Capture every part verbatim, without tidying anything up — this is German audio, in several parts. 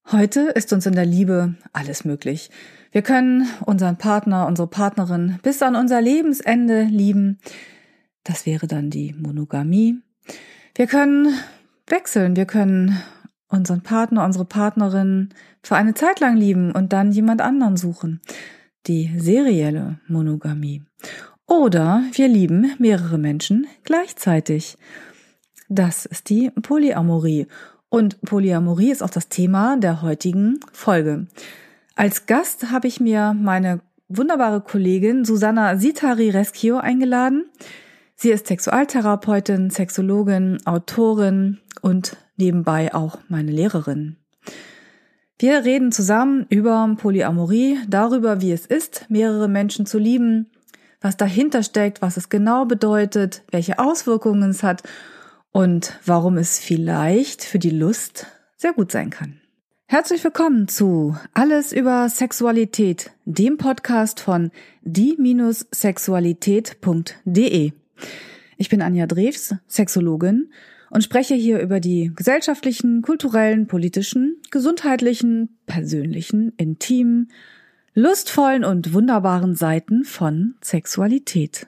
Heute ist uns in der Liebe alles möglich. Wir können unseren Partner, unsere Partnerin bis an unser Lebensende lieben. Das wäre dann die Monogamie. Wir können wechseln, wir können unseren Partner, unsere Partnerin für eine Zeit lang lieben und dann jemand anderen suchen. Die serielle Monogamie. Oder wir lieben mehrere Menschen gleichzeitig. Das ist die Polyamorie. Und Polyamorie ist auch das Thema der heutigen Folge. Als Gast habe ich mir meine wunderbare Kollegin Susanna Sitari-Reschio eingeladen. Sie ist Sexualtherapeutin, Sexologin, Autorin und nebenbei auch meine Lehrerin. Wir reden zusammen über Polyamorie, darüber, wie es ist, mehrere Menschen zu lieben, was dahinter steckt, was es genau bedeutet, welche Auswirkungen es hat und warum es vielleicht für die Lust sehr gut sein kann. Herzlich willkommen zu Alles über Sexualität, dem Podcast von die Sexualität punkt de. Ich bin Anja Drews, Sexologin und spreche hier über die gesellschaftlichen, kulturellen, politischen, gesundheitlichen, persönlichen, intimen, lustvollen und wunderbaren Seiten von Sexualität.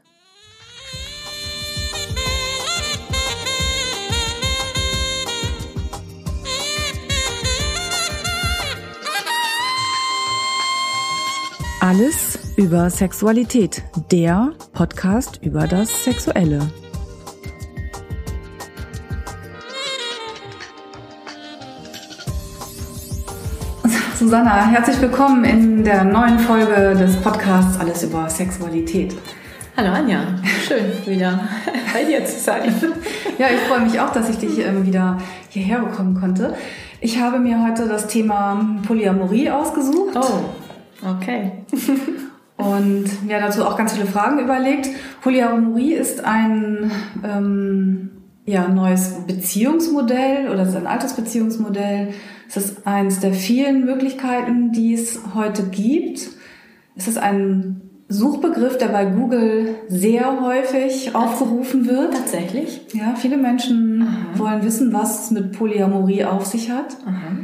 Alles über Sexualität, der Podcast über das Sexuelle. Susanna, herzlich willkommen in der neuen Folge des Podcasts Alles über Sexualität. Hallo Anja, schön wieder bei dir zu sein. Ja, ich freue mich auch, dass ich dich ähm, wieder hierher bekommen konnte. Ich habe mir heute das Thema Polyamorie ausgesucht. Oh. Okay. Und ja, dazu auch ganz viele Fragen überlegt. Polyamorie ist ein ähm, ja, neues Beziehungsmodell oder es ist ein altes Beziehungsmodell. Es ist eines der vielen Möglichkeiten, die es heute gibt. Es ist ein Suchbegriff, der bei Google sehr häufig aufgerufen wird. Tatsächlich? Ja, viele Menschen Aha. wollen wissen, was es mit Polyamorie auf sich hat. Aha.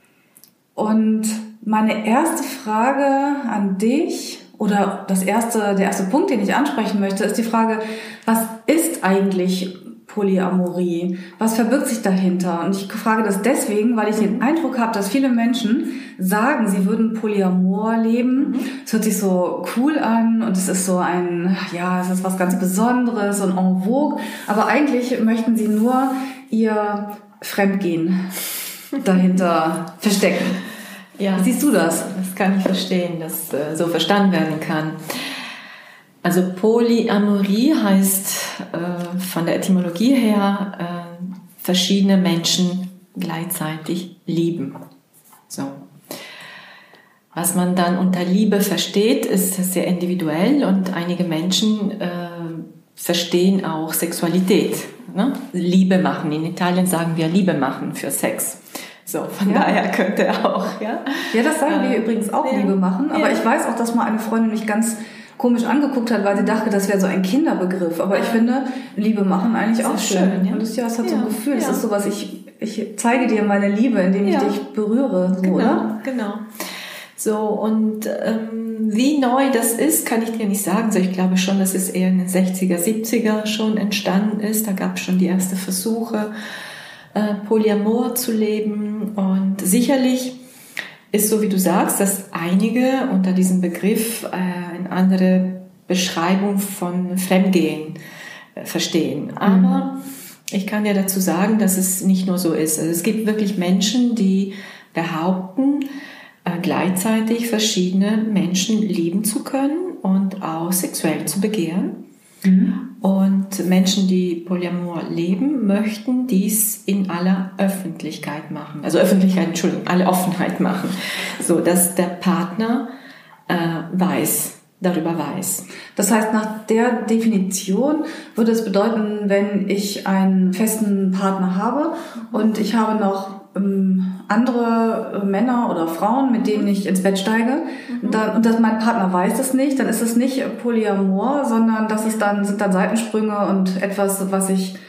Und meine erste Frage an dich oder das erste, der erste Punkt, den ich ansprechen möchte, ist die Frage, was ist eigentlich Polyamorie? Was verbirgt sich dahinter? Und ich frage das deswegen, weil ich den Eindruck habe, dass viele Menschen sagen, sie würden Polyamor leben. Es hört sich so cool an und es ist so ein, ja, es ist was ganz Besonderes und en vogue. Aber eigentlich möchten sie nur ihr Fremdgehen dahinter verstecken. Ja, siehst du das? Das kann ich verstehen, dass äh, so verstanden werden kann. Also Polyamorie heißt äh, von der Etymologie her äh, verschiedene Menschen gleichzeitig lieben. So. Was man dann unter Liebe versteht, ist sehr individuell und einige Menschen äh, verstehen auch Sexualität. Ne? Liebe machen. In Italien sagen wir Liebe machen für Sex. So, von ja. daher könnte er auch, ja. Ja, das sagen wir äh, übrigens auch, ja. Liebe machen. Aber ja. ich weiß auch, dass mal eine Freundin mich ganz komisch angeguckt hat, weil sie dachte, das wäre so ein Kinderbegriff. Aber ich finde, Liebe machen eigentlich das auch schön. schön ja? Und das, ja, es hat ja. so ein Gefühl. Es ja. ist sowas, ich, ich zeige dir meine Liebe, indem ich ja. dich berühre. So, genau, oder? Genau. So, und ähm, wie neu das ist, kann ich dir nicht sagen. So, ich glaube schon, dass es eher in den sechziger, siebziger schon entstanden ist. Da gab es schon die ersten Versuche, Polyamor zu leben, und sicherlich ist so, wie du sagst, dass einige unter diesem Begriff äh, eine andere Beschreibung von Fremdgehen äh, verstehen. Aber mhm. ich kann dir dazu sagen, dass es nicht nur so ist. Also es gibt wirklich Menschen, die behaupten, äh, gleichzeitig verschiedene Menschen lieben zu können und auch sexuell zu begehren. Mhm. Und Menschen, die Polyamor leben, möchten dies in aller Öffentlichkeit machen. Also Öffentlichkeit, Entschuldigung, alle Offenheit machen. So, dass der Partner äh, weiß, darüber weiß. Das heißt, nach der Definition würde es bedeuten, wenn ich einen festen Partner habe und ich habe noch ähm, andere Männer oder Frauen, mit denen ich ins Bett steige, mhm. dann, und dass mein Partner weiß es nicht, dann ist es nicht Polyamor, sondern das ist dann, sind dann Seitensprünge und etwas, was ich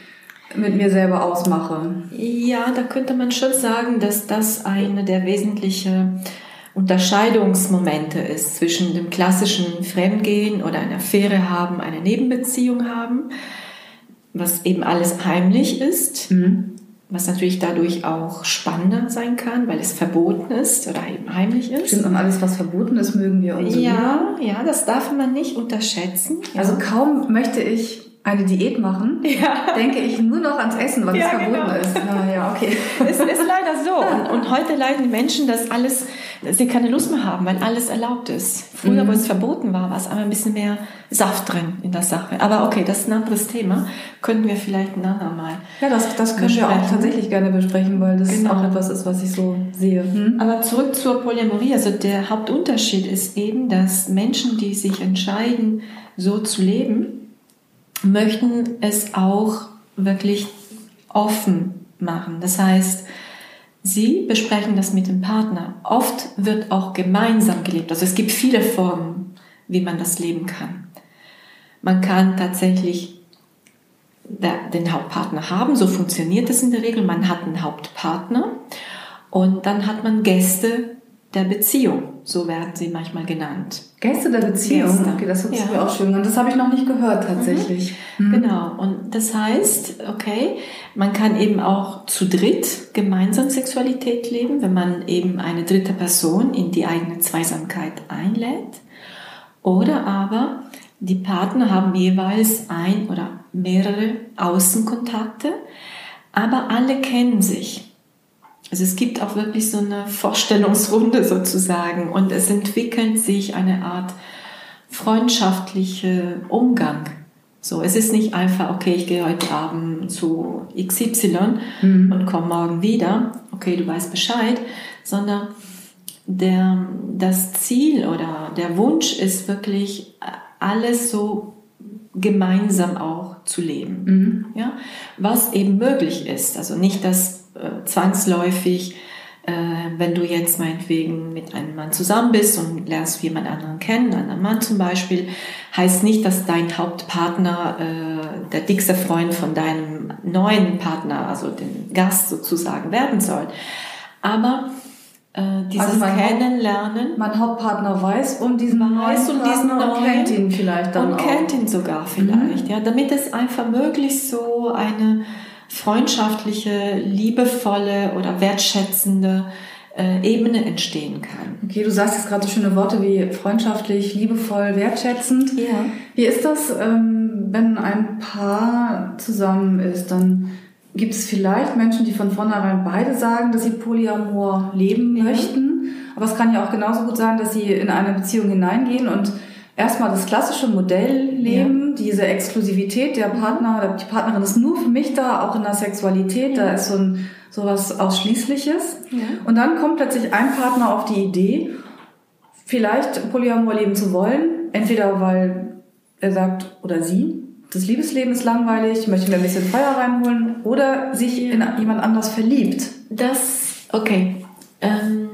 mit mir selber ausmache. Ja, da könnte man schon sagen, dass das eine der wesentlichen Unterscheidungsmomente ist zwischen dem klassischen Fremdgehen oder eine Affäre haben, eine Nebenbeziehung haben, was eben alles heimlich ist, mhm. was natürlich dadurch auch spannender sein kann, weil es verboten ist oder eben heimlich ist. Stimmt, und alles, was verboten ist, mögen wir umso Ja, ja, das darf man nicht unterschätzen. Ja. Also kaum möchte ich eine Diät machen, ja. denke ich nur noch ans Essen, weil ja, es verboten genau. ist. Ja, ja, okay. Es ist leider so. Und, und heute leiden die Menschen, dass alles, dass sie keine Lust mehr haben, weil alles erlaubt ist. Früher, mhm. wo es verboten war, war es einmal ein bisschen mehr Saft drin in der Sache. Aber okay, das ist ein anderes Thema. Könnten wir vielleicht ein andermal Ja, das, das können besprechen. wir auch tatsächlich gerne besprechen, weil das genau. auch etwas ist, was ich so sehe. Hm? Aber zurück zur Polyamorie. Also der Hauptunterschied ist eben, dass Menschen, die sich entscheiden, so zu leben, möchten es auch wirklich offen machen. Das heißt, sie besprechen das mit dem Partner. Oft wird auch gemeinsam gelebt. Also es gibt viele Formen, wie man das leben kann. Man kann tatsächlich den Hauptpartner haben, so funktioniert es in der Regel. Man hat einen Hauptpartner und dann hat man Gäste der Beziehung, so werden sie manchmal genannt. Gäste der Beziehung? Gäste. Okay, das hört sich ja. auch schön an. Das habe ich noch nicht gehört tatsächlich. Mhm. Mhm. Genau, und das heißt, okay, man kann eben auch zu dritt gemeinsam Sexualität leben, wenn man eben eine dritte Person in die eigene Zweisamkeit einlädt. Oder aber die Partner haben jeweils ein oder mehrere Außenkontakte, aber alle kennen sich. Also es gibt auch wirklich so eine Vorstellungsrunde sozusagen und es entwickelt sich eine Art freundschaftlicher Umgang. So, es ist nicht einfach, okay, ich gehe heute Abend zu X Y mhm. und komme morgen wieder, okay, du weißt Bescheid, sondern der, das Ziel oder der Wunsch ist wirklich, alles so gemeinsam auch zu leben. Mhm. Ja? Was eben möglich ist. Also nicht, dass äh, zwangsläufig, äh, wenn du jetzt meinetwegen mit einem Mann zusammen bist und lernst jemand anderen kennen, einen anderen Mann zum Beispiel, heißt nicht, dass dein Hauptpartner äh, der dickste Freund von deinem neuen Partner, also dem Gast sozusagen, werden soll. Aber dieses also mein Kennenlernen. Haupt, mein Hauptpartner weiß um diesen weiß um diesen neuen und kennt ihn vielleicht dann und auch. kennt ihn sogar vielleicht, mhm. ja, damit es einfach möglichst so eine freundschaftliche, liebevolle oder wertschätzende äh, Ebene entstehen kann. Okay, du sagst jetzt gerade so schöne Worte wie freundschaftlich, liebevoll, wertschätzend. Ja. Wie ist das, ähm, wenn ein Paar zusammen ist, dann gibt es vielleicht Menschen, die von vornherein beide sagen, dass sie Polyamor leben ja. möchten. Aber es kann ja auch genauso gut sein, dass sie in eine Beziehung hineingehen und erstmal das klassische Modell leben, ja. diese Exklusivität, der Partner, die Partnerin ist nur für mich da, auch in der Sexualität, ja. da ist so ein sowas Ausschließliches. Ja. Und dann kommt plötzlich ein Partner auf die Idee, vielleicht Polyamor leben zu wollen, entweder weil er sagt, oder sie, das Liebesleben ist langweilig, ich möchte mir ein bisschen Feuer reinholen oder sich ja. in jemand anders verliebt. Das, okay. Ähm,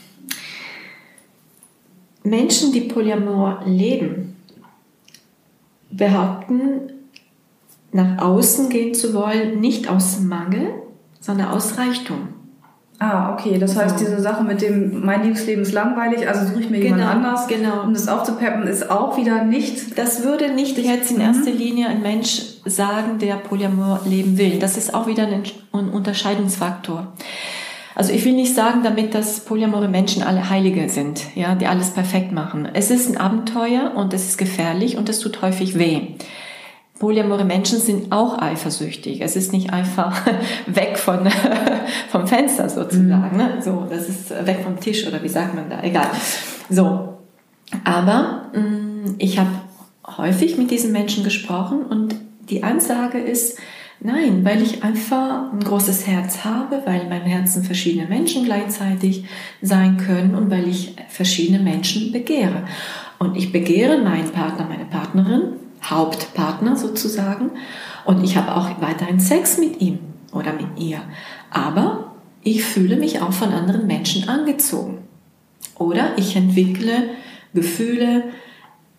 Menschen, die Polyamor leben, behaupten, nach außen gehen zu wollen, nicht aus Mangel, sondern aus Reichtum. Ah, okay. Das heißt, genau. diese Sache mit dem, mein Liebesleben ist langweilig, also suche ich mir genau, jemand anders, genau. um das aufzupeppen, ist auch wieder nicht... Das würde nicht jetzt in erster Linie ein Mensch sagen, der Polyamor leben will. Das ist auch wieder ein Unterscheidungsfaktor. Also ich will nicht sagen damit, dass polyamore Menschen alle Heilige sind, ja, die alles perfekt machen. Es ist ein Abenteuer und es ist gefährlich und es tut häufig weh. Polyamore Menschen sind auch eifersüchtig. Es ist nicht einfach weg von, vom Fenster sozusagen. Ne? So, das ist weg vom Tisch oder wie sagt man da? Egal. So. Aber mh, ich habe häufig mit diesen Menschen gesprochen und die Ansage ist, nein, weil ich einfach ein großes Herz habe, weil in meinem Herzen verschiedene Menschen gleichzeitig sein können und weil ich verschiedene Menschen begehre. Und ich begehre meinen Partner, meine Partnerin, Hauptpartner sozusagen, und ich habe auch weiterhin Sex mit ihm oder mit ihr. Aber ich fühle mich auch von anderen Menschen angezogen. Oder ich entwickle Gefühle,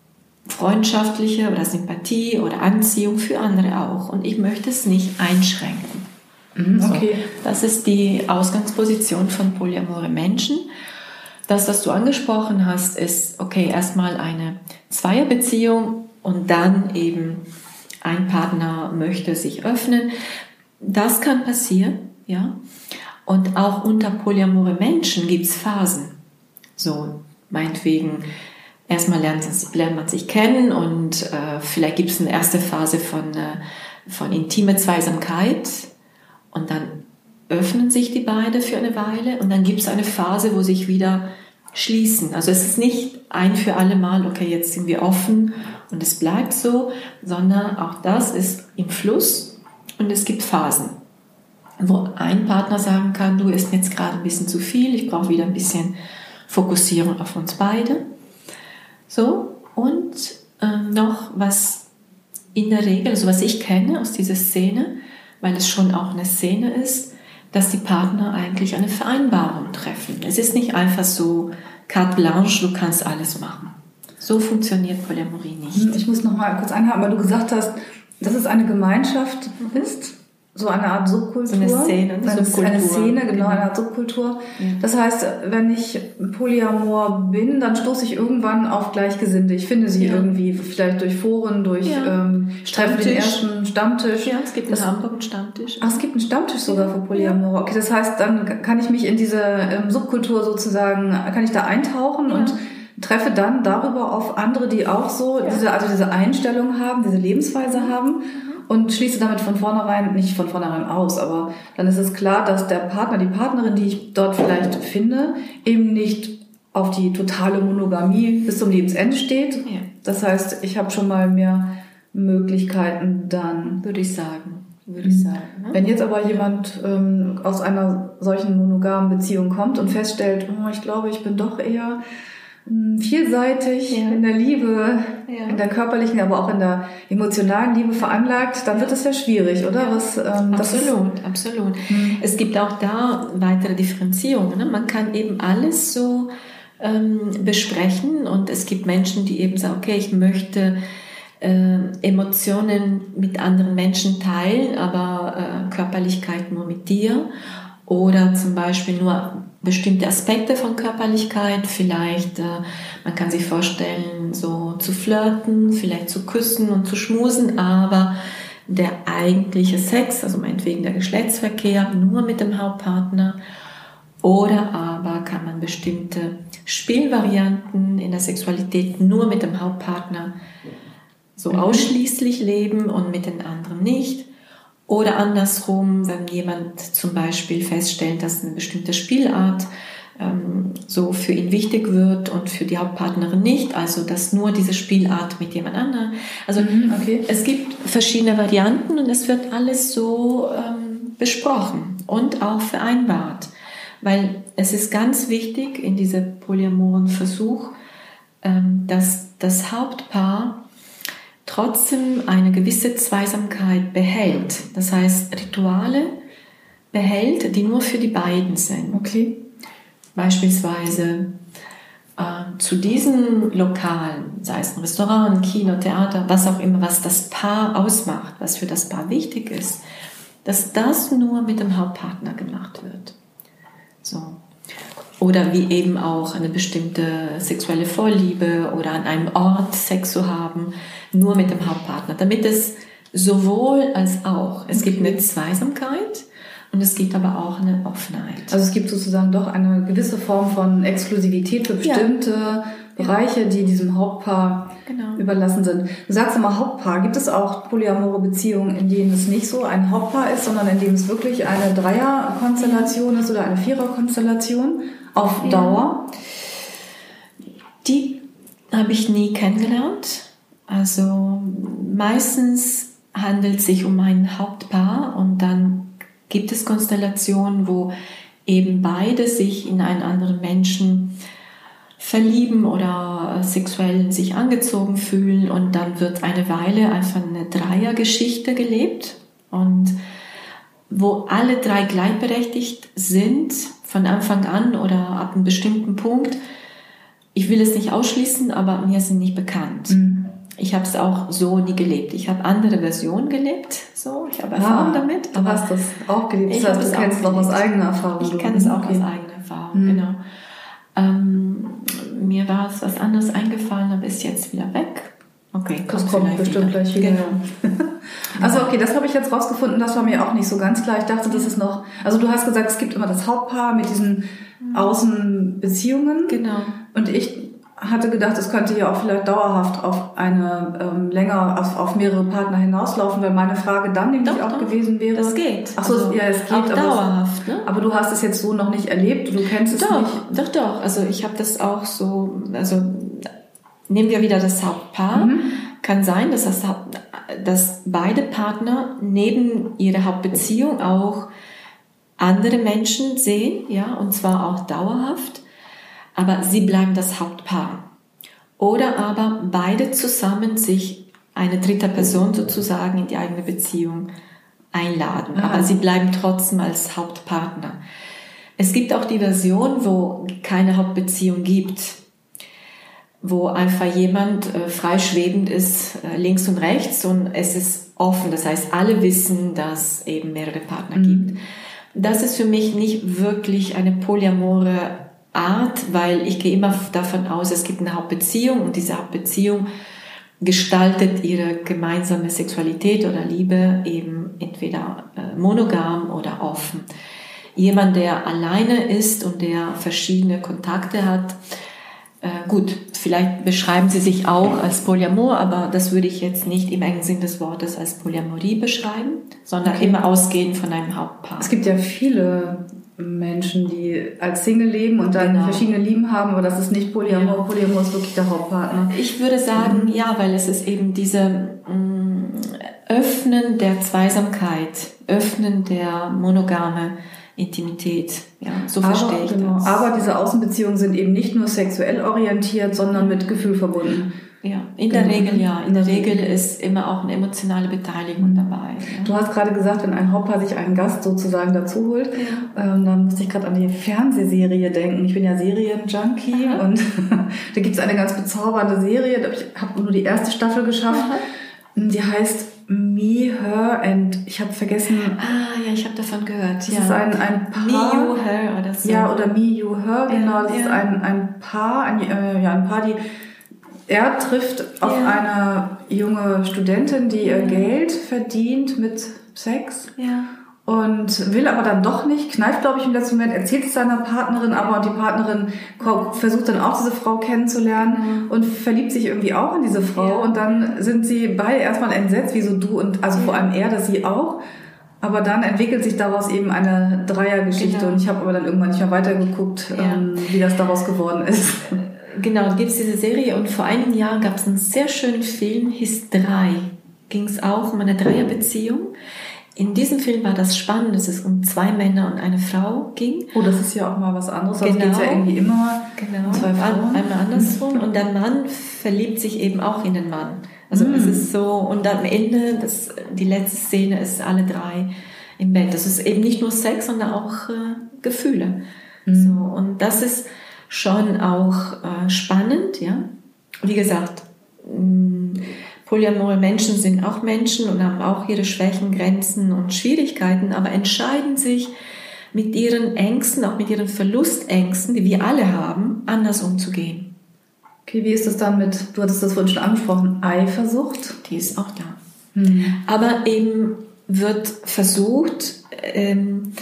freundschaftliche oder Sympathie oder Anziehung für andere auch. Und ich möchte es nicht einschränken. Okay. So, das ist die Ausgangsposition von polyamore Menschen. Das, was du angesprochen hast, ist, okay, erstmal eine Zweierbeziehung und dann eben ein Partner möchte sich öffnen. Das kann passieren, ja. Und auch unter polyamore Menschen gibt es Phasen. So, meinetwegen, erstmal lernt, lernt man sich kennen und äh, vielleicht gibt es eine erste Phase von, äh, von intime Zweisamkeit und dann öffnen sich die beiden für eine Weile und dann gibt es eine Phase, wo sich wieder schließen. Also es ist nicht ein für alle Mal, okay, jetzt sind wir offen und es bleibt so, sondern auch das ist im Fluss und es gibt Phasen, wo ein Partner sagen kann, du, ist mir jetzt gerade ein bisschen zu viel, ich brauche wieder ein bisschen Fokussierung auf uns beide. So, und ähm, noch was in der Regel, also was ich kenne aus dieser Szene, weil es schon auch eine Szene ist, dass die Partner eigentlich eine Vereinbarung treffen. Es ist nicht einfach so carte blanche, du kannst alles machen. So funktioniert Polyamorie nicht. Ich muss noch mal kurz einhaken, weil du gesagt hast, dass es eine Gemeinschaft ist, so eine Art Subkultur. So eine Szene, eine, eine Subkultur. Eine Szene, genau, genau, eine Art Subkultur. Ja. Das heißt, wenn ich polyamor bin, dann stoße ich irgendwann auf Gleichgesinnte. Ich finde sie ja. irgendwie, vielleicht durch Foren, durch ja. ähm, Treffen, den ersten Stammtisch. Ja, es gibt in Hamburg einen Stammtisch. Ach, es gibt einen Stammtisch sogar für Polyamor. Okay, das heißt, dann kann ich mich in diese ähm, Subkultur sozusagen, kann ich da eintauchen ja. und treffe dann darüber auf andere, die auch so ja. diese, also diese Einstellung haben, diese Lebensweise haben und schließe damit von vornherein, nicht von vornherein aus, aber dann ist es klar, dass der Partner, die Partnerin, die ich dort vielleicht finde, eben nicht auf die totale Monogamie bis zum Lebensende steht. Ja. Das heißt, ich habe schon mal mehr Möglichkeiten dann. Würde ich sagen. Würde ich sagen. Ne? Wenn jetzt aber jemand ähm, aus einer solchen monogamen Beziehung kommt und feststellt, oh, ich glaube, ich bin doch eher vielseitig ja. in der Liebe, ja. in der körperlichen, aber auch in der emotionalen Liebe veranlagt, dann wird es ja schwierig, oder? Ja. Was, ähm, das absolut, ist, absolut. Hm. Es gibt auch da weitere Differenzierungen. Ne? Man kann eben alles so ähm, besprechen und es gibt Menschen, die eben sagen, okay, ich möchte äh, Emotionen mit anderen Menschen teilen, aber äh, Körperlichkeit nur mit dir. Oder zum Beispiel nur bestimmte Aspekte von Körperlichkeit, vielleicht, äh, man kann sich vorstellen, so zu flirten, vielleicht zu küssen und zu schmusen, aber der eigentliche Sex, also meinetwegen der Geschlechtsverkehr, nur mit dem Hauptpartner. Oder aber kann man bestimmte Spielvarianten in der Sexualität nur mit dem Hauptpartner so ausschließlich leben und mit den anderen nicht. Oder andersrum, wenn jemand zum Beispiel feststellt, dass eine bestimmte Spielart ähm, so für ihn wichtig wird und für die Hauptpartnerin nicht, also dass nur diese Spielart mit jemand anderem. Also mhm, okay. Es gibt verschiedene Varianten und es wird alles so ähm, besprochen und auch vereinbart. Weil es ist ganz wichtig in diesem polyamoren Versuch, ähm, dass das Hauptpaar trotzdem eine gewisse Zweisamkeit behält. Das heißt, Rituale behält, die nur für die beiden sind. Okay. Beispielsweise äh, zu diesen Lokalen, sei es ein Restaurant, ein Kino, Theater, was auch immer, was das Paar ausmacht, was für das Paar wichtig ist, dass das nur mit dem Hauptpartner gemacht wird. So. Oder wie eben auch eine bestimmte sexuelle Vorliebe oder an einem Ort Sex zu haben, nur mit dem Hauptpartner, damit es sowohl als auch, es gibt eine Zweisamkeit und es gibt aber auch eine Offenheit. Also es gibt sozusagen doch eine gewisse Form von Exklusivität für bestimmte ja. Bereiche, die diesem Hauptpaar genau. überlassen sind. Du sagst immer Hauptpaar, gibt es auch polyamore Beziehungen, in denen es nicht so ein Hauptpaar ist, sondern in denen es wirklich eine Dreierkonstellation ist oder eine Viererkonstellation auf Dauer? Die habe ich nie kennengelernt. Also meistens handelt es sich um ein Hauptpaar und dann gibt es Konstellationen, wo eben beide sich in einen anderen Menschen verlieben oder sexuell sich angezogen fühlen und dann wird eine Weile einfach eine Dreiergeschichte gelebt und wo alle drei gleichberechtigt sind von Anfang an oder ab einem bestimmten Punkt. Ich will es nicht ausschließen, aber mir sind nicht bekannt. Mhm. ich habe es auch so nie gelebt. Ich habe andere Versionen gelebt, so, ich habe Erfahrung ah, damit. Du hast das auch gelebt, das heißt, du kennst es auch aus eigener Erfahrung. Ich kenne es auch okay. aus eigener Erfahrung, mhm. genau. Ähm, mir war es was anderes eingefallen, aber ist jetzt wieder weg. Okay, das kommt bestimmt wieder. gleich wieder. Genau. Also okay, das habe ich jetzt rausgefunden, das war mir auch nicht so ganz klar. Ich dachte, das ist noch, also du hast gesagt, es gibt immer das Hauptpaar mit diesen Außenbeziehungen. Genau. Und ich hatte gedacht, es könnte ja auch vielleicht dauerhaft auf eine ähm, länger, auf, auf mehrere Partner hinauslaufen, weil meine Frage dann nämlich doch, auch doch. gewesen wäre. Das geht. Ach so, also, ja, es geht. Auch aber dauerhaft, ne? Aber du hast es jetzt so noch nicht erlebt, du kennst es doch, nicht. Doch, doch, also ich habe das auch so, also nehmen wir wieder das Hauptpaar. Mhm. Kann sein, dass, das, dass beide Partner neben ihrer Hauptbeziehung auch andere Menschen sehen, ja, und zwar auch dauerhaft, aber sie bleiben das Hauptpaar. Oder aber beide zusammen sich eine dritte Person sozusagen in die eigene Beziehung einladen, Aha. aber sie bleiben trotzdem als Hauptpartner. Es gibt auch die Version, wo keine Hauptbeziehung gibt, wo einfach jemand äh, freischwebend ist, äh, links und rechts, und es ist offen. Das heißt, alle wissen, dass eben mehrere Partner mhm. gibt. Das ist für mich nicht wirklich eine polyamore Art, weil ich gehe immer davon aus, es gibt eine Hauptbeziehung und diese Hauptbeziehung gestaltet ihre gemeinsame Sexualität oder Liebe eben entweder äh, monogam oder offen. Jemand, der alleine ist und der verschiedene Kontakte hat, Äh, gut, vielleicht beschreiben sie sich auch als Polyamor, aber das würde ich jetzt nicht im engen Sinn des Wortes als Polyamorie beschreiben, sondern okay. immer ausgehend von einem Hauptpaar. Es gibt ja viele Menschen, die als Single leben und dann genau. verschiedene Lieben haben, aber das ist nicht Polyamor. Ja. Polyamor ist wirklich der Hauptpartner. Ich würde sagen, mhm. ja, weil es ist eben diese mh, Öffnen der Zweisamkeit, Öffnen der monogame Intimität, ja, so aber, verstehe ich genau. das. Aber diese Außenbeziehungen sind eben nicht nur sexuell orientiert, sondern mit Gefühl verbunden. Ja, in der genau. Regel ja. In der Regel ist immer auch eine emotionale Beteiligung dabei. Ja. Du hast gerade gesagt, wenn ein Hauptpaar sich einen Gast sozusagen dazu holt, ja. ähm, dann musste ich gerade an die Fernsehserie denken. Ich bin ja Serienjunkie Aha. und da gibt es eine ganz bezaubernde Serie, ich habe nur die erste Staffel geschafft, Aha. die heißt Me, Her and ich habe vergessen. Ah, ja, ich habe davon gehört. Das ja. ist ein, ein Paar. Me, You, Her oder so. Ja, oder Me, You, Her, genau. Das ja. ist ein, ein Paar, ein, äh, ja, ein Paar, die er trifft auf ja. eine junge Studentin, die ihr ja. Geld verdient mit Sex. Ja. Und will aber dann doch nicht, kneift, glaube ich, im letzten Moment, erzählt es seiner Partnerin, aber und die Partnerin versucht dann auch diese Frau kennenzulernen mhm. und verliebt sich irgendwie auch in diese Frau. Ja. Und dann sind sie beide erstmal entsetzt, wie so du und, also ja. vor allem er, dass sie auch. Aber dann entwickelt sich daraus eben eine Dreiergeschichte genau. und ich habe aber dann irgendwann nicht mehr weitergeguckt, ja. ähm, wie das daraus geworden ist. Genau, da gibt es diese Serie und vor einigen Jahren gab es einen sehr schönen Film, hieß Drei. Ging es auch um eine Dreierbeziehung. In diesem Film war das spannend, dass es um zwei Männer und eine Frau ging. Oh, das ist ja auch mal was anderes. Sonst genau. geht es ja irgendwie immer genau. um zwei Frauen. Einmal andersrum. Und der Mann verliebt sich eben auch in den Mann. Also mm. es ist so, und am Ende, das, die letzte Szene ist alle drei im Bett. Das ist eben nicht nur Sex, sondern auch äh, Gefühle. Mm. So, und das ist schon auch äh, spannend, ja. Wie gesagt, mh, polyamore Menschen sind auch Menschen und haben auch ihre Schwächen, Grenzen und Schwierigkeiten, aber entscheiden sich mit ihren Ängsten, auch mit ihren Verlustängsten, die wir alle haben, anders umzugehen. Okay, wie ist das dann mit, du hattest das vorhin schon angesprochen, Eifersucht? Die ist auch da. Mhm. Aber eben wird versucht, ähm,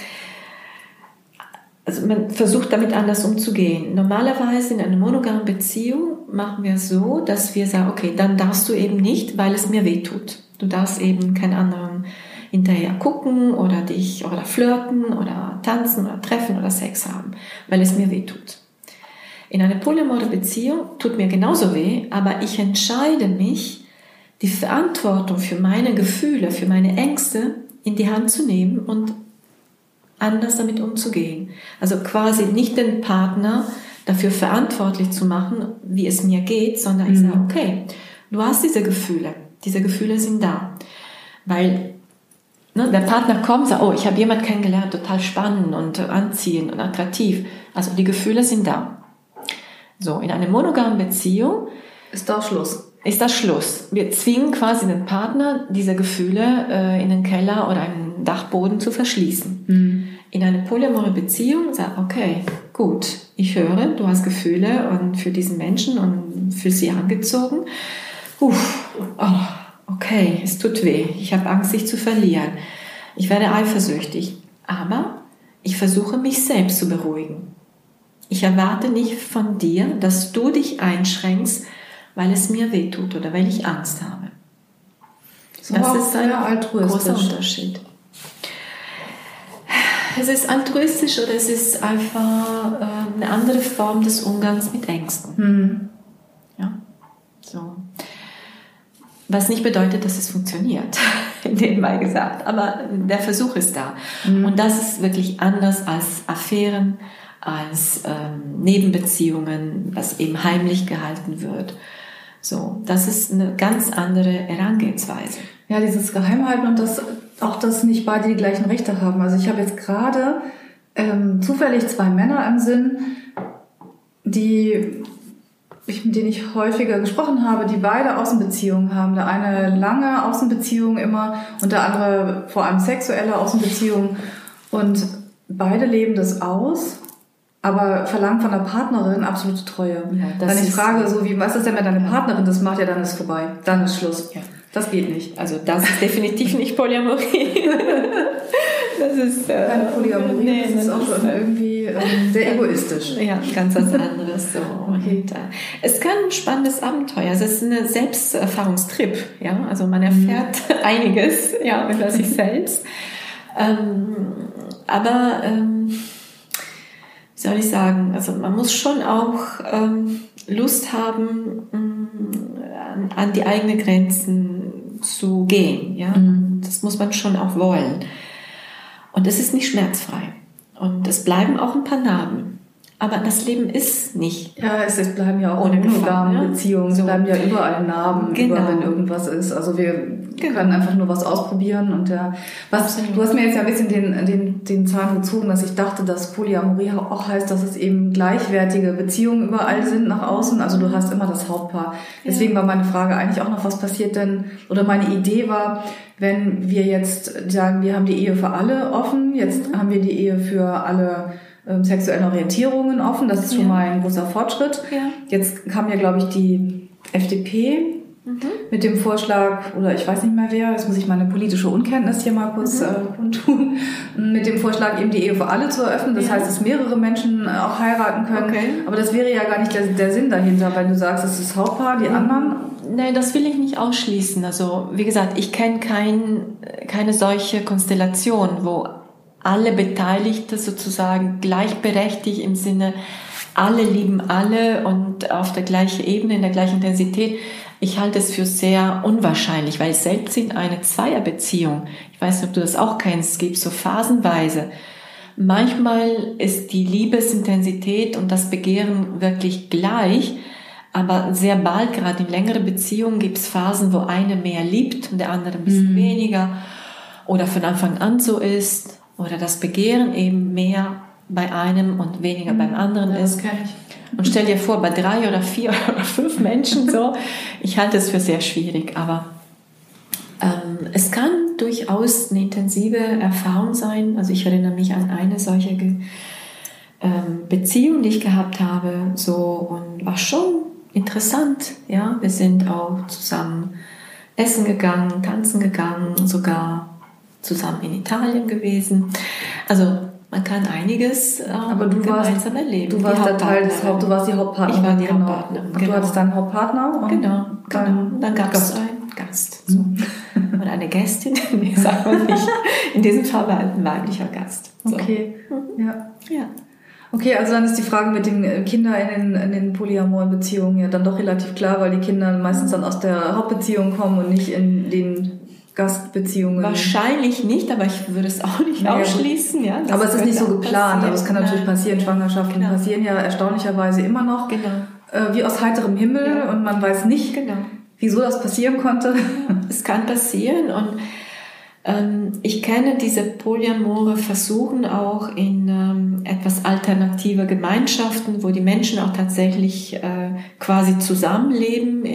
also man versucht damit anders umzugehen. Normalerweise in einer monogamen Beziehung machen wir es so, dass wir sagen, okay, dann darfst du eben nicht, weil es mir wehtut. Du darfst eben keinen anderen hinterher gucken oder dich oder flirten oder tanzen oder treffen oder Sex haben, weil es mir wehtut. In einer polyamoren Beziehung tut mir genauso weh, aber ich entscheide mich, die Verantwortung für meine Gefühle, für meine Ängste in die Hand zu nehmen und anders damit umzugehen. Also quasi nicht den Partner dafür verantwortlich zu machen, wie es mir geht, sondern mhm. ich sage, okay, du hast diese Gefühle, diese Gefühle sind da. Weil ne, der Partner kommt und sagt, oh, ich habe jemanden kennengelernt, total spannend und anziehend und attraktiv. Also die Gefühle sind da. So, in einer monogamen Beziehung ist da Schluss. ist das Schluss. Wir zwingen quasi den Partner, diese Gefühle äh, in den Keller oder einen Dachboden zu verschließen. Mhm. In einer polyamore Beziehung sagt, okay, gut, ich höre, du hast Gefühle und für diesen Menschen und für sie angezogen. Uff, oh, okay, es tut weh. Ich habe Angst, dich zu verlieren. Ich werde eifersüchtig. Aber ich versuche, mich selbst zu beruhigen. Ich erwarte nicht von dir, dass du dich einschränkst, weil es mir wehtut oder weil ich Angst habe. So, das ist ein großer Unterschied. Es ist altruistisch oder es ist einfach äh, eine andere Form des Umgangs mit Ängsten. Mhm. Ja, so. Was nicht bedeutet, dass es funktioniert, nebenbei gesagt. Aber der Versuch ist da. Mhm. Und das ist wirklich anders als Affären, als ähm, Nebenbeziehungen, was eben heimlich gehalten wird. So, das ist eine ganz andere Herangehensweise. Ja, dieses Geheimhalten und das, auch, dass nicht beide die gleichen Rechte haben. Also ich habe jetzt gerade ähm, zufällig zwei Männer im Sinn, die, ich, mit denen ich häufiger gesprochen habe, die beide Außenbeziehungen haben. Der eine lange Außenbeziehung immer und der andere vor allem sexuelle Außenbeziehungen. Und beide leben das aus, aber verlangen von der Partnerin absolute Treue. Ja, wenn ich frage, so wie, was ist denn, wenn deine Partnerin das macht, ja, dann ist vorbei, dann ist Schluss. Ja. Das geht nicht. Also das ist definitiv nicht Polyamorie. Das ist äh, keine Polyamorie, nee, das ist auch ist irgendwie ähm, sehr egoistisch. Ja, ganz was anderes. So. Okay. Und, äh, es kann ein spannendes Abenteuer. Es ist ein Selbsterfahrungstrip. Ja, also man erfährt mhm. einiges, ja, über sich selbst. Ähm, aber ähm, wie soll ich sagen? Also man muss schon auch ähm, Lust haben, an, an die eigenen Grenzen zu gehen. Ja? Mhm. Das muss man schon auch wollen. Und es ist nicht schmerzfrei. Und es bleiben auch ein paar Narben. Aber das Leben ist nicht. Ja, es, es bleiben ja auch ohne monogamen ja? Beziehungen. Es so. bleiben ja überall Narben, genau. über, wenn irgendwas ist. Also wir genau. können einfach nur was ausprobieren. Und ja, was, du hast mir jetzt ja ein bisschen den, den, den Zahn gezogen, dass ich dachte, dass Polyamorie auch heißt, dass es eben gleichwertige Beziehungen überall sind nach außen. Also du hast immer das Hauptpaar. Deswegen ja. war meine Frage eigentlich auch noch, was passiert denn, oder meine Idee war, wenn wir jetzt sagen, wir haben die Ehe für alle offen, jetzt mhm. haben wir die Ehe für alle ähm, sexuellen Orientierungen offen, das ist schon ja. mal ein großer Fortschritt. Ja. Jetzt kam ja, glaube ich, die F D P mhm. mit dem Vorschlag, oder ich weiß nicht mehr wer, jetzt muss ich meine politische Unkenntnis hier mal kurz mhm. äh, kundtun, mit dem Vorschlag, eben die Ehe für alle zu eröffnen. Das ja. heißt, dass mehrere Menschen auch heiraten können. Okay. Aber das wäre ja gar nicht der, der Sinn dahinter, weil du sagst, es ist das Hauptpaar, die mhm. anderen... Nein, das will ich nicht ausschließen. Also, wie gesagt, ich kenne kein, keine solche Konstellation, wo alle Beteiligten sozusagen gleichberechtigt im Sinne, alle lieben alle und auf der gleichen Ebene, in der gleichen Intensität. Ich halte es für sehr unwahrscheinlich, weil selbst in einer Zweierbeziehung, ich weiß nicht, ob du das auch kennst, es gibt so phasenweise, manchmal ist die Liebesintensität und das Begehren wirklich gleich, aber sehr bald, gerade in längeren Beziehungen, gibt es Phasen, wo eine mehr liebt und der andere ein bisschen mhm. weniger oder von Anfang an so ist oder das Begehren eben mehr bei einem und weniger mhm. beim anderen ja, ist. Das kann ich. Und stell dir vor, bei drei oder vier oder fünf Menschen so, ich halte es für sehr schwierig, aber ähm, es kann durchaus eine intensive Erfahrung sein. Also ich erinnere mich an eine solche ähm, Beziehung, die ich gehabt habe, so, und war schon interessant, ja. Wir sind auch zusammen essen gegangen, tanzen gegangen, sogar zusammen in Italien gewesen. Also man kann einiges äh, aber du gemeinsam warst, erleben. Du warst der Teil des Haupt, du warst die Hauptpartnerin. Ich war die genau. Hauptpartnerin. Und genau. du hattest deinen Hauptpartner. Und genau, genau. Dann gab es einen Gast. So. Oder eine Gästin, nee, sagt man nicht. In diesem Fall war ein weiblicher Gast. So. Okay, mhm. ja. ja. Okay, also dann ist die Frage mit den Kindern in den, in den polyamoren Beziehungen ja dann doch relativ klar, weil die Kinder meistens dann aus der Hauptbeziehung kommen und nicht in den Gastbeziehungen. Wahrscheinlich nicht, aber ich würde es auch nicht ja, ausschließen. Ja, aber es ist nicht so geplant, aber es kann natürlich passieren. Schwangerschaften genau. passieren ja erstaunlicherweise immer noch. Genau. Äh, wie aus heiterem Himmel ja. und man weiß nicht, genau. wieso das passieren konnte. Ja, es kann passieren und ähm, ich kenne diese polyamore Versuchen auch in ähm, etwas alternative Gemeinschaften, wo die Menschen auch tatsächlich äh, quasi zusammenleben in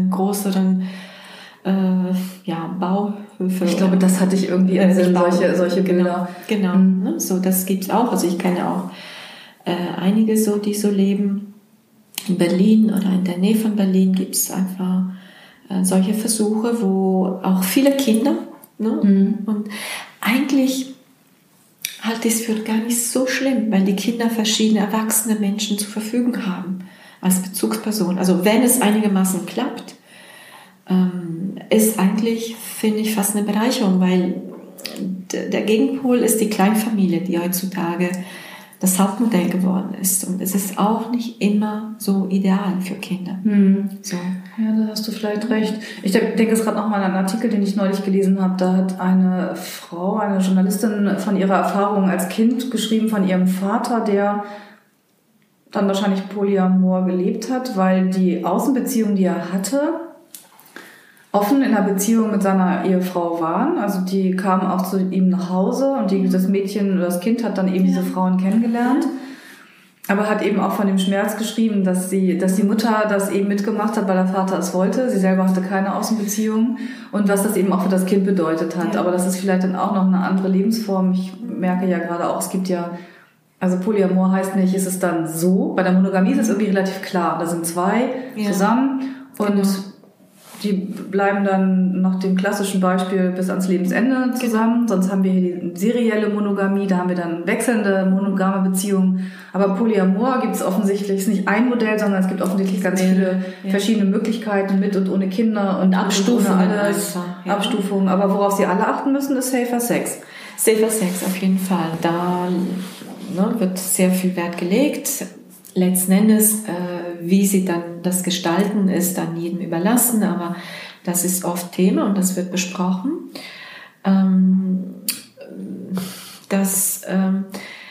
größeren äh, ja, Bauhöfe. Ich glaube, das hatte ich irgendwie im Sinn, solche, solche Bilder. Genau, genau. Mhm. Ne? So, das gibt's auch. Also ich kenne auch äh, einige so, die so leben. In Berlin oder in der Nähe von Berlin gibt es einfach äh, solche Versuche, wo auch viele Kinder, ne? Mhm. Und eigentlich halte ich es für gar nicht so schlimm, weil die Kinder verschiedene erwachsene Menschen zur Verfügung haben als Bezugsperson. Also wenn es einigermaßen klappt, ähm, ist eigentlich, finde ich, fast eine Bereicherung, weil d- der Gegenpol ist die Kleinfamilie, die heutzutage das Hauptmodell geworden ist. Und es ist auch nicht immer so ideal für Kinder. Hm. So. Ja, da hast du vielleicht recht. Ich denke jetzt gerade noch mal an einen Artikel, den ich neulich gelesen habe. Da hat eine Frau, eine Journalistin von ihrer Erfahrung als Kind geschrieben, von ihrem Vater, der dann wahrscheinlich Polyamor gelebt hat, weil die Außenbeziehung, die er hatte, offen in einer Beziehung mit seiner Ehefrau waren. Also die kamen auch zu ihm nach Hause und die, das Mädchen oder das Kind hat dann eben ja. diese Frauen kennengelernt. Aber hat eben auch von dem Schmerz geschrieben, dass sie, dass die Mutter das eben mitgemacht hat, weil der Vater es wollte. Sie selber hatte keine Außenbeziehung und was das eben auch für das Kind bedeutet hat. Ja. Aber das ist vielleicht dann auch noch eine andere Lebensform. Ich merke ja gerade auch, es gibt ja, also Polyamor heißt nicht, ist es dann so. Bei der Monogamie ist es irgendwie relativ klar. Da sind zwei ja. zusammen und genau. die bleiben dann nach dem klassischen Beispiel bis ans Lebensende zusammen. Sonst haben wir hier die serielle Monogamie, da haben wir dann wechselnde monogame Beziehungen. Aber Polyamor gibt es offensichtlich, ist nicht ein Modell, sondern es gibt offensichtlich ganz viele ja. verschiedene Möglichkeiten mit und ohne Kinder und, und Abstufungen. Alles. Ja. Abstufungen. Aber worauf sie alle achten müssen, ist Safer Sex. Safer Sex auf jeden Fall. Da ne, wird sehr viel Wert gelegt. Letzten Endes, äh, wie sie dann das gestalten, ist dann jedem überlassen, aber das ist oft Thema und das wird besprochen. Ähm, das ähm,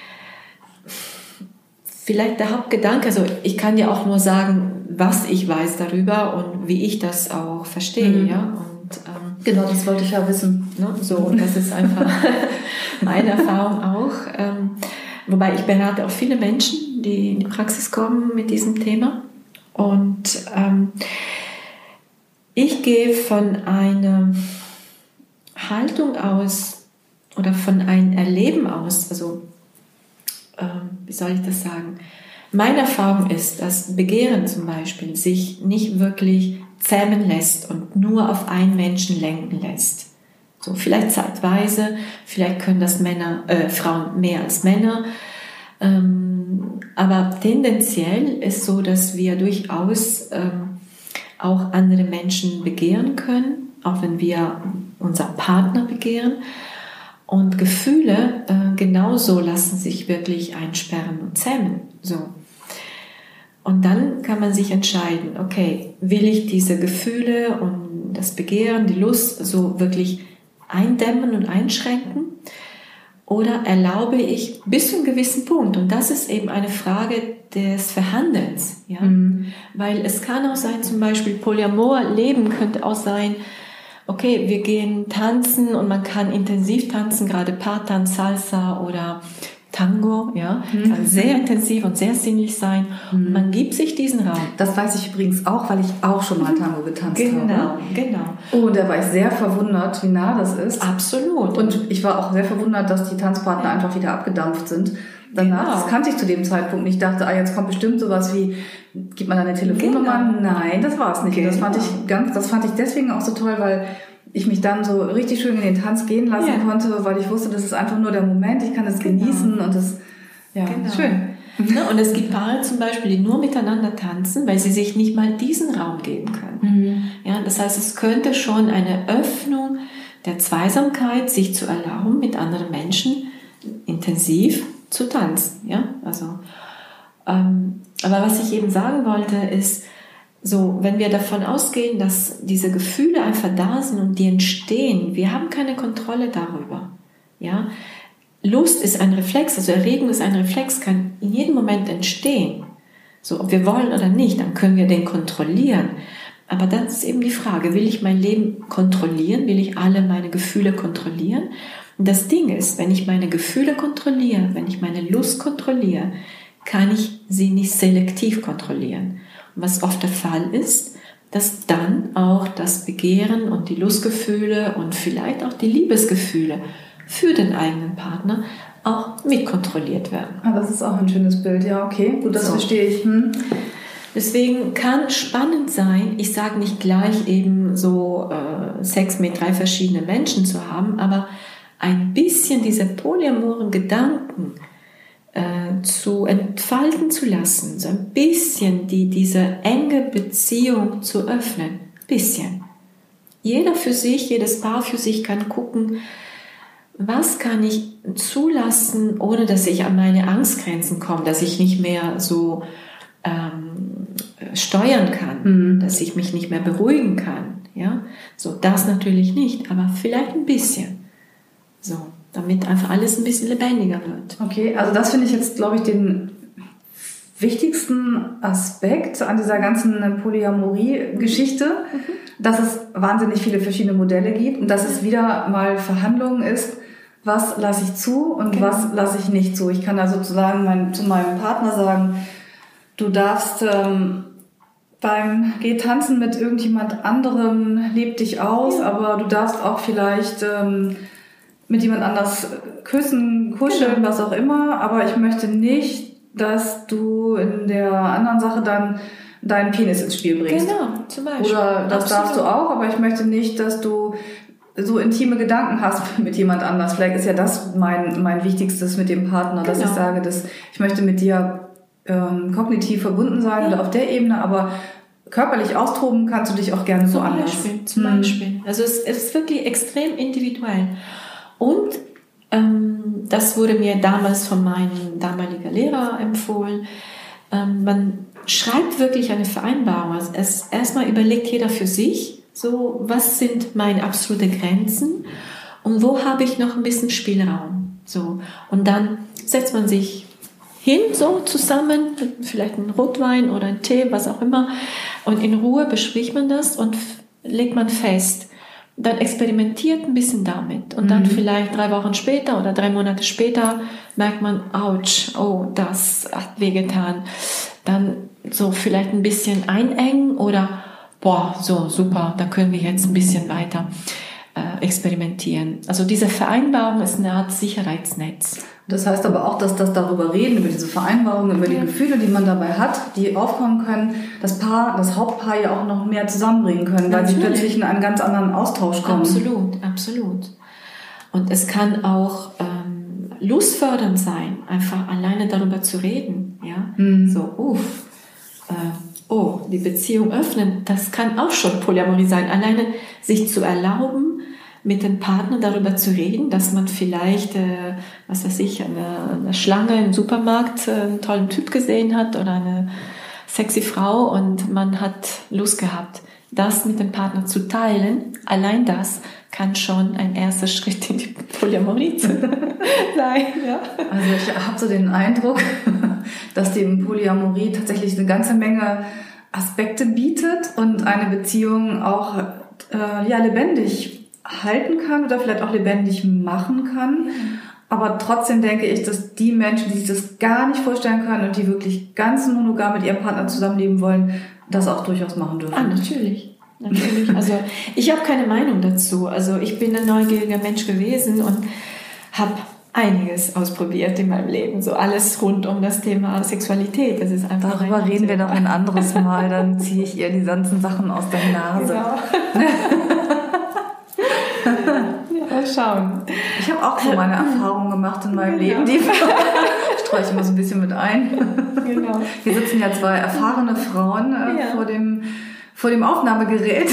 vielleicht der Hauptgedanke, also ich kann ja auch nur sagen, was ich weiß darüber und wie ich das auch verstehe, mhm. ja. Und ähm, genau, das wollte ich ja wissen. Ne? So, und das ist einfach meine Erfahrung auch. Ähm, wobei ich berate auch viele Menschen, die in die Praxis kommen mit diesem Thema. Und ähm, ich gehe von einer Haltung aus oder von einem Erleben aus, also ähm, wie soll ich das sagen? Meine Erfahrung ist, dass Begehren zum Beispiel sich nicht wirklich zähmen lässt und nur auf einen Menschen lenken lässt. So, vielleicht zeitweise, vielleicht können das Männer, äh, Frauen mehr als Männer. Ähm, aber tendenziell ist so, dass wir durchaus ähm, auch andere Menschen begehren können, auch wenn wir unseren Partner begehren. Und Gefühle äh, genauso lassen sich wirklich einsperren und zähmen. So. Und dann kann man sich entscheiden, okay, will ich diese Gefühle und das Begehren, die Lust so wirklich eindämmen und einschränken? Oder erlaube ich bis zu einem gewissen Punkt? Und das ist eben eine Frage des Verhandelns. Ja? Mhm. Weil es kann auch sein, zum Beispiel Polyamor leben könnte auch sein, okay, wir gehen tanzen und man kann intensiv tanzen, gerade Paartanz, Salsa oder Tango, ja, mhm. kann sehr intensiv und sehr sinnlich sein. Mhm. Und man gibt sich diesen Raum. Das weiß ich übrigens auch, weil ich auch schon mal Tango getanzt genau, habe. Genau, genau. Oh, und da war ich sehr verwundert, wie nah das ist. Absolut. Und ich war auch sehr verwundert, dass die Tanzpartner ja. einfach wieder abgedampft sind. Danach, genau. Das kannte ich zu dem Zeitpunkt nicht. Ich dachte, ah, jetzt kommt bestimmt sowas wie, gibt man da eine Telefonnummer? Genau. Nein, das war es nicht. Genau. Das fand ich ganz, das fand ich deswegen auch so toll, weil ich mich dann so richtig schön in den Tanz gehen lassen ja. konnte, weil ich wusste, das ist einfach nur der Moment, ich kann es genau. genießen und das, ja, genau. schön. Und es gibt Paare zum Beispiel, die nur miteinander tanzen, weil sie sich nicht mal diesen Raum geben können. Mhm. Ja, das heißt, es könnte schon eine Öffnung der Zweisamkeit, sich zu erlauben, mit anderen Menschen intensiv zu tanzen. Ja, also, ähm, aber was ich eben sagen wollte, ist, so, wenn wir davon ausgehen, dass diese Gefühle einfach da sind und die entstehen, wir haben keine Kontrolle darüber. Ja? Lust ist ein Reflex, also Erregung ist ein Reflex, kann in jedem Moment entstehen. So, ob wir wollen oder nicht, dann können wir den kontrollieren. Aber das ist eben die Frage, will ich mein Leben kontrollieren? Will ich alle meine Gefühle kontrollieren? Und das Ding ist, wenn ich meine Gefühle kontrolliere, wenn ich meine Lust kontrolliere, kann ich sie nicht selektiv kontrollieren. Was oft der Fall ist, dass dann auch das Begehren und die Lustgefühle und vielleicht auch die Liebesgefühle für den eigenen Partner auch mitkontrolliert werden. Ah, das ist auch ein schönes Bild. Ja, okay, gut, das so. Verstehe ich. Hm. Deswegen kann spannend sein, ich sage nicht gleich eben so äh, Sex mit drei verschiedenen Menschen zu haben, aber ein bisschen diese polyamoren Gedanken äh, zu entfalten zu lassen, so ein bisschen die, diese enge Beziehung zu öffnen, ein bisschen. Jeder für sich, jedes Paar für sich kann gucken, was kann ich zulassen, ohne dass ich an meine Angstgrenzen komme, dass ich nicht mehr so ähm, steuern kann, mhm. dass ich mich nicht mehr beruhigen kann. Ja? So, das natürlich nicht, aber vielleicht ein bisschen. So, damit einfach alles ein bisschen lebendiger wird. Okay, also das finde ich jetzt, glaube ich, den wichtigsten Aspekt an dieser ganzen Polyamorie-Geschichte, mhm. dass es wahnsinnig viele verschiedene Modelle gibt und dass es wieder mal Verhandlungen ist, was lasse ich zu und genau. was lasse ich nicht zu. Ich kann da sozusagen mein, zu meinem Partner sagen, du darfst ähm, beim Geh tanzen mit irgendjemand anderem, leb dich aus, ja. aber du darfst auch vielleicht ähm, mit jemand anders küssen, kuscheln, genau. was auch immer, aber ich möchte nicht, dass du in der anderen Sache dann deinen Penis ins Spiel bringst. Genau, zum Beispiel. Oder das Absolut. Darfst du auch, aber ich möchte nicht, dass du so intime Gedanken hast mit jemand anders. Vielleicht ist ja das mein mein Wichtigstes mit dem Partner, genau. dass ich sage, dass ich möchte mit dir ähm, kognitiv verbunden sein ja. oder auf der Ebene, aber körperlich austoben kannst du dich auch gerne zum woanders. Beispiel, zum hm. Beispiel. Also es, es ist wirklich extrem individuell. Und ähm, das wurde mir damals von meinem damaligen Lehrer empfohlen. Ähm, man schreibt wirklich eine Vereinbarung. Also es erstmal überlegt jeder für sich, so, was sind meine absoluten Grenzen und wo habe ich noch ein bisschen Spielraum? So. Und dann setzt man sich hin, so zusammen, vielleicht einen Rotwein oder einen Tee, was auch immer, und in Ruhe bespricht man das und f- legt man fest. Dann experimentiert ein bisschen damit und dann mhm. vielleicht drei Wochen später oder drei Monate später merkt man, ouch, oh, das hat wehgetan. Dann so vielleicht ein bisschen einengen oder boah, so super, da können wir jetzt ein bisschen weiter äh, experimentieren. Also diese Vereinbarung ist eine Art Sicherheitsnetz. Das heißt aber auch, dass das darüber reden, über diese Vereinbarungen, über die ja. Gefühle, die man dabei hat, die aufkommen können, das Paar, das Hauptpaar ja auch noch mehr zusammenbringen können, weil Natürlich. sie plötzlich in einen ganz anderen Austausch kommen. Absolut, absolut. Und es kann auch ähm, lustfördernd sein, einfach alleine darüber zu reden. Ja, mhm. so, uff, äh, oh, die Beziehung öffnen, das kann auch schon Polyamorie sein. Alleine sich zu erlauben, mit dem Partner darüber zu reden, dass man vielleicht, äh, was weiß ich, eine, eine Schlange im Supermarkt äh, einen tollen Typ gesehen hat oder eine sexy Frau und man hat Lust gehabt. Das mit dem Partner zu teilen, allein das kann schon ein erster Schritt in die Polyamorie sein. Ja. Also ich habe so den Eindruck, dass die Polyamorie tatsächlich eine ganze Menge Aspekte bietet und eine Beziehung auch äh, ja, lebendig halten kann oder vielleicht auch lebendig machen kann. Mhm. Aber trotzdem denke ich, dass die Menschen, die sich das gar nicht vorstellen können und die wirklich ganz monogam mit ihrem Partner zusammenleben wollen, das auch durchaus machen dürfen. Ah, natürlich. Natürlich. Also ich habe keine Meinung dazu. Also ich bin ein neugieriger Mensch gewesen und habe einiges ausprobiert in meinem Leben. So alles rund um das Thema Sexualität. Das ist einfach Darüber reden wir noch ein anderes Mal. Dann ziehe ich ihr die ganzen Sachen aus der Nase. Genau. Mal schauen. Ich habe auch so meine Erfahrungen gemacht in meinem genau. Leben. Die streue ich immer so ein bisschen mit ein. Genau. Hier sitzen ja zwei erfahrene Frauen äh, ja. vor dem vor dem Aufnahmegerät.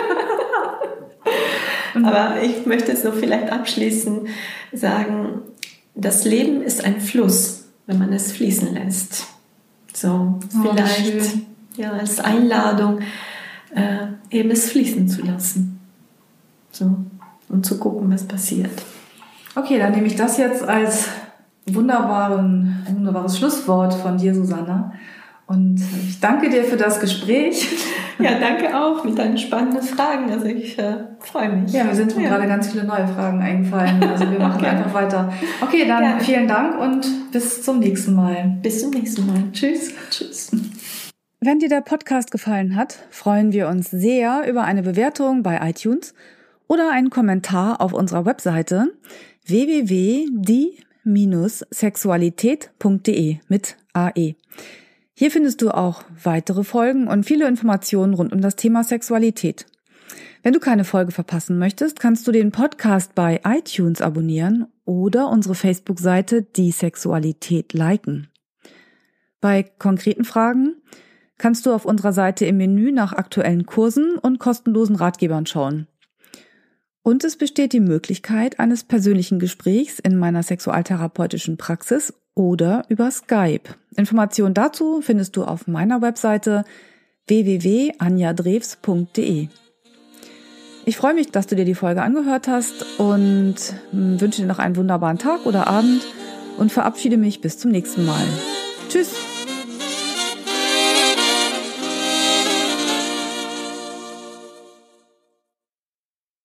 Aber ich möchte es noch vielleicht abschließend sagen, das Leben ist ein Fluss, wenn man es fließen lässt. So, oh, vielleicht ja, als Einladung, äh, eben es fließen zu lassen. So, und zu gucken, was passiert. Okay, dann nehme ich das jetzt als wunderbaren, ein wunderbares Schlusswort von dir, Susanna. Und ich danke dir für das Gespräch. Ja, danke auch mit deinen spannenden Fragen. Also ich äh, freue mich. Ja, mir sind ja. gerade ganz viele neue Fragen eingefallen. Also wir machen okay. einfach weiter. Okay, dann ja. vielen Dank und bis zum nächsten Mal. Bis zum nächsten Mal. Tschüss. Tschüss. Wenn dir der Podcast gefallen hat, freuen wir uns sehr über eine Bewertung bei iTunes oder einen Kommentar auf unserer Webseite w w w punkt die sexualität punkt de mit A E. Hier findest du auch weitere Folgen und viele Informationen rund um das Thema Sexualität. Wenn du keine Folge verpassen möchtest, kannst du den Podcast bei iTunes abonnieren oder unsere Facebook-Seite Die Sexualität liken. Bei konkreten Fragen kannst du auf unserer Seite im Menü nach aktuellen Kursen und kostenlosen Ratgebern schauen. Und es besteht die Möglichkeit eines persönlichen Gesprächs in meiner sexualtherapeutischen Praxis oder über Skype. Informationen dazu findest du auf meiner Webseite w w w punkt anja drews punkt de. Ich freue mich, dass du dir die Folge angehört hast und wünsche dir noch einen wunderbaren Tag oder Abend und verabschiede mich bis zum nächsten Mal. Tschüss!